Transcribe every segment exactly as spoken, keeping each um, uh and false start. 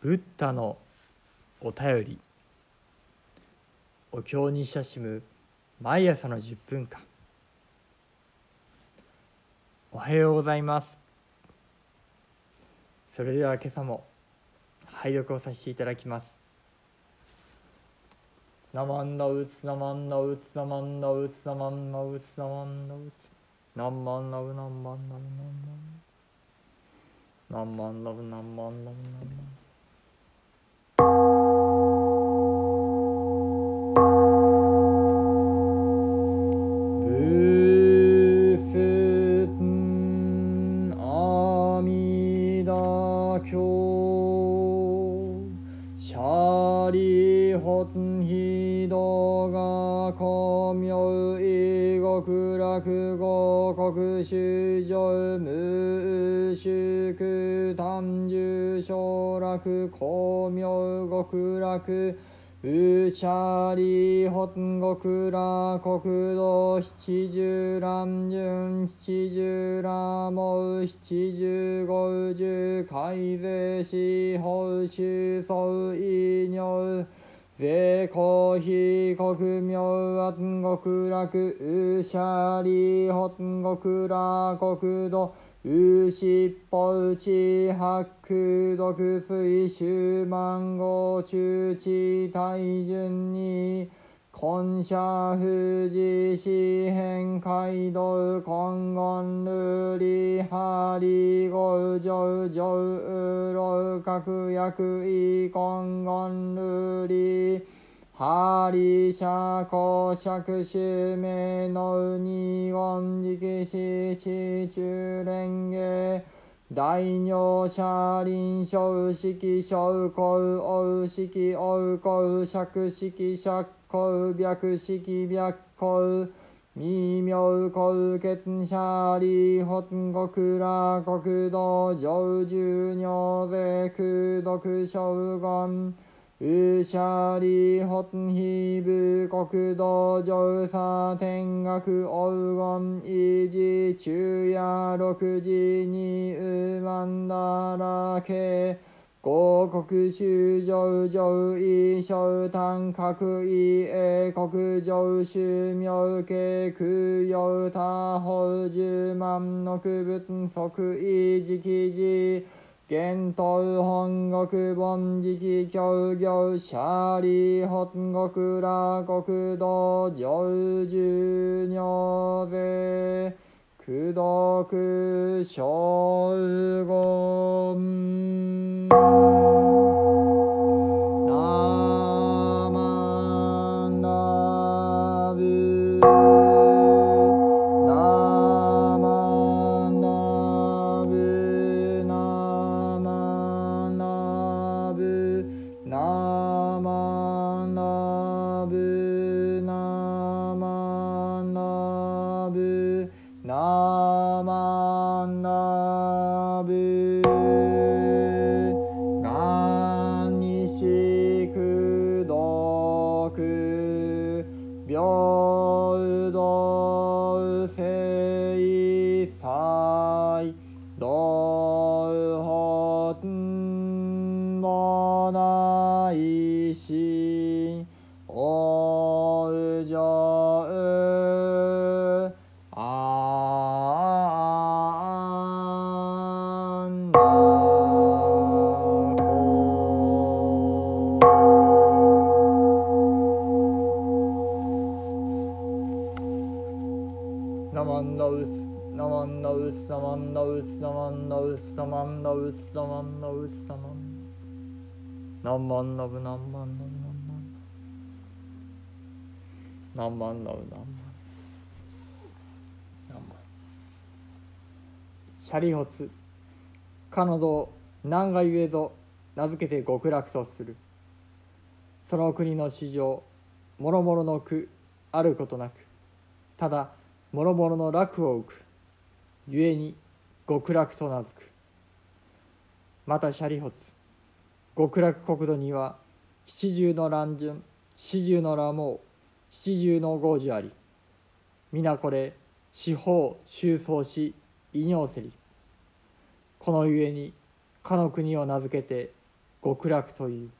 ブッダのお便り。お経に親しむ毎朝のじゅっぷんかん。おはようございます。それでは今朝も拝読をさせていただきます。ナマンダウツナマンダウツナマンダウツナマンダウツナマンダウツナンマンダウナンマンダウナンマンナンマンダウナンマンダウナンマンブスンアミダキョシャリホンヒドガコミョウイゴクラクゴコクシュジョウムシュクタンジュショラクコミョウゴクラクウシャリホンゴクラ国土七十乱順七十羅毛七十五十海税四法宗宗異尿税公費国名安極楽ウシャリホンゴクラ国土ウシッポウチハク毒水シマンゴ中地大順に根社富士四辺街道根言ルリハリゴジョウジョウウロウ各薬医根言ルリハリシャコシャクシュメノウニゴンジキシチチュレンゲ大尿シャリンショウシキショウコウオウシキオウコウシャクシキシャコウ白シキ白コウミミョウコウケンシャリホンゴクラ国土上十尿税空毒ショウゴンウシャリホンヒブ国土上サ天学オウゴンイジ昼夜六時にウマンダラケ五国州上上異小単各異英国上州名家空用他法十万の区分即異時期時現東本国本時期協業シャリ本国ら国土上十尿税功徳小言ナマンダブナマンダブナマンダブナマンダブナマンダブナマンダブがんにしくどく平等聖祭道本もないしおうじょうあんなこナマンダウツナマンダウツナマンダウツナマンダウツナマンダウツナマンダウツナマンナンマンダブナンマンダブナンマンダブナンマンダブナンマンナンマンシャリホツかの道難がゆえぞ名付けて極楽とする。その国の市場もろもろの苦あることなくただもろもろの楽を受くゆえに極楽と名付く。またシャリホツ極楽国土には七十の乱順四十の羅網七十の豪樹あり皆これ四方収葬し異尿せり。このゆえにかの国を名付けて極楽という。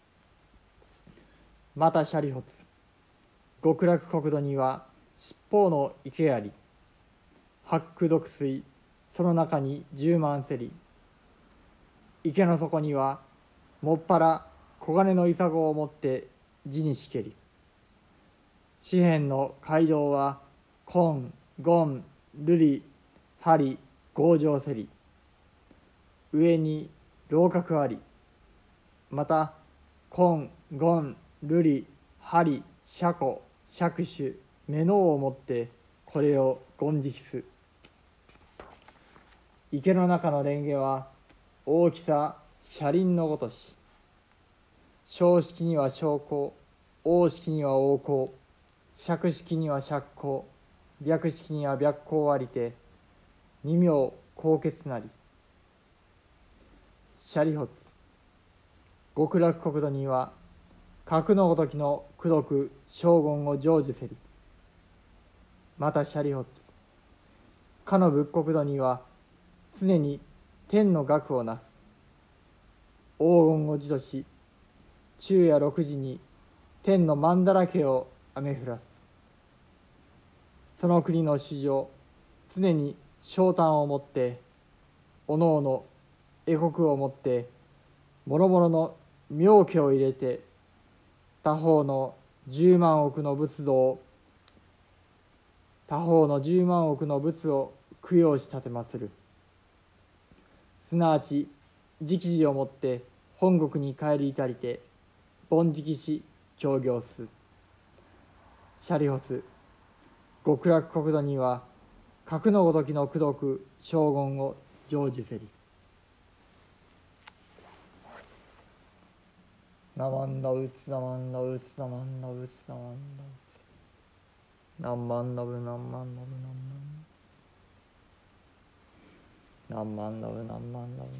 また舎利発、極楽国土には七宝の池あり、八苦毒水、その中に十万せり。池の底にはもっぱら黄金の潔を持って地にしけり。四辺の街道は金、言、瑠璃、針、強情せり。上に楼閣あり、また金、言、瑠璃、針、車庫、釈手、目のをもってこれを言直す。池の中の蓮華は大きさ車輪のごとし、小式には小香、大式には大香、釈式には釈香、白式には白香ありて、二名高潔なり。舎利発、極楽国土には格のごときの功徳荘厳を成就せり。また舎利発、かの仏国土には常に天の学をなす。黄金を持とし、昼夜六時に天の曼荼羅家を雨降らす。その国の主女、常に昇胆をもっておのおの絵国をもってもろもろの妙家を入れて、他方の十万億の仏道を他方の十万億の仏を供養し立てまつる。すなわち直事をもって本国に帰り至りて凡直し協業す。舎利発、極楽国土には格のごときの功徳荘厳を成就せり。ナマンダウツナマンダウツナマンダウツナマンダウツナンマンダブナンマンダブナンマンナンマンダブナンマンダブナンマンダブ。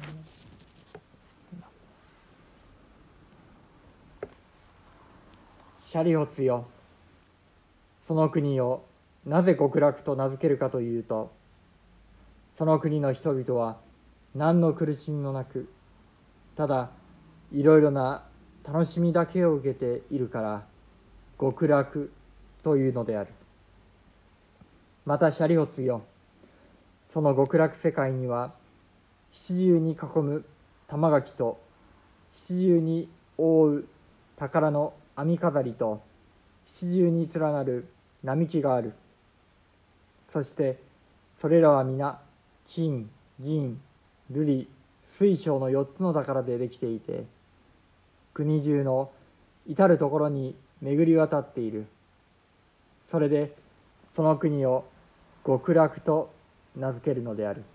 舎利発よ、その国をなぜ極楽と名付けるかというと、その国の人々は何の苦しみもなく、ただいろいろな楽しみだけを受けているから極楽というのである。また舎利発よ、その極楽世界には七重に囲む玉垣と七重に覆う宝の網飾りと七重に連なる並木がある。そしてそれらは皆金、銀、瑠璃、水晶の四つの宝でできていて、国中の至るところに巡り渡っている。それでその国を極楽と名付けるのである。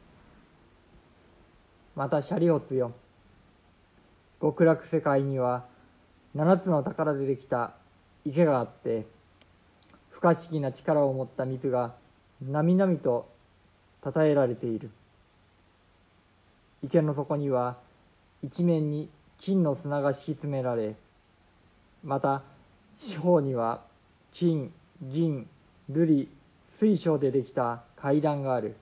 また舎利発よ、極楽世界には七つの宝でできた池があって、不可思議な力を持った水がなみなみとたたえられている。池の底には一面に金の砂が敷き詰められ、また四方には金、銀、瑠璃、水晶でできた階段がある。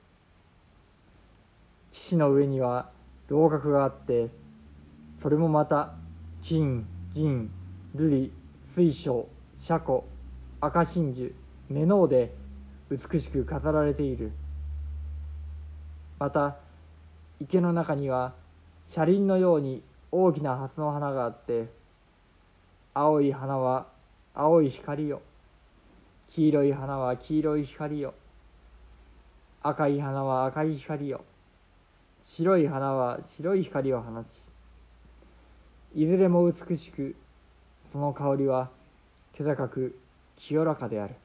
岸の上には楼閣があって、それもまた金、銀、瑠璃、水晶、車庫、赤真珠、目ので美しく飾られている。また池の中には車輪のように大きな蓮の花があって、青い花は青い光よ、黄色い花は黄色い光よ、赤い花は赤い光よ、白い花は白い光を放ち、いずれも美しく、その香りは気高く清らかである。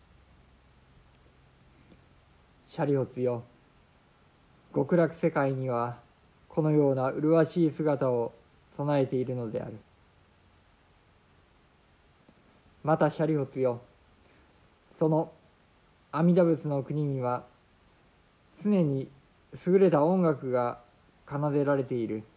舎利発よ、極楽世界にはこのような麗しい姿を備えているのである。また舎利発よ、その阿弥陀仏の国には常に優れた音楽が奏でられている。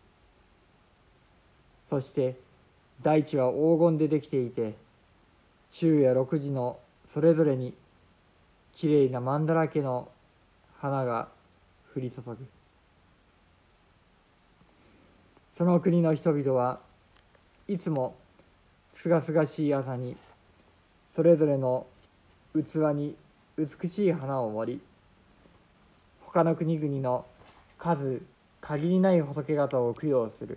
そして大地は黄金でできていて、昼夜六時のそれぞれにきれいな曼荼羅家の花が降り注ぐ。 その国の人々はいつもすがすがしい朝にそれぞれの器に美しい花を盛り、他の国々の数限りない仏方を供養する。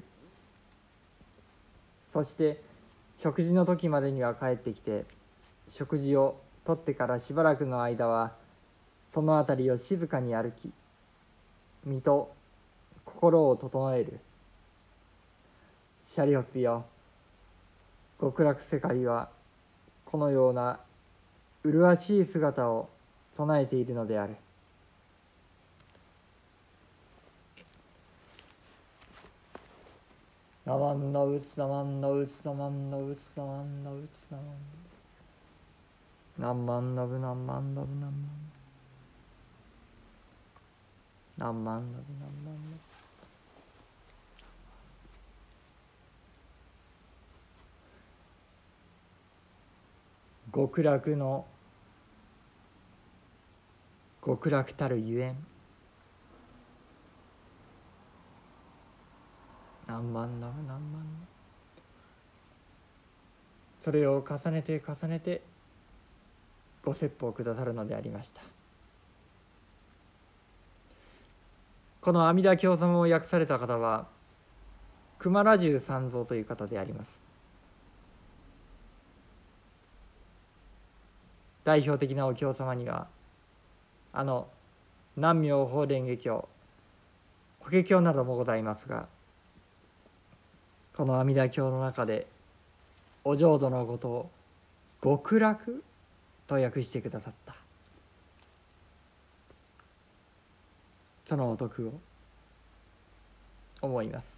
そして食事の時までには帰ってきて、食事をとってからしばらくの間はその辺りを静かに歩き、身と心を整える。シャリオツよ、極楽世界はこのような麗しい姿を備えているのである。ナマンダウツナマンダウツナマンダウツナマンダウツナマンダナンマンダブナンマンダブナンマンナンマンダブナンマンダブ。極楽の極楽たるゆえん、何万ダブ何万ダブ、それを重ねて重ねてご説法くださるのでありました。この阿弥陀経様を訳された方は熊良十三蔵という方であります。代表的なお経様にはあの南無妙法蓮華経、法華経などもございますが、この阿弥陀経の中でお浄土のことを極楽と訳してくださった、そのお徳を思います。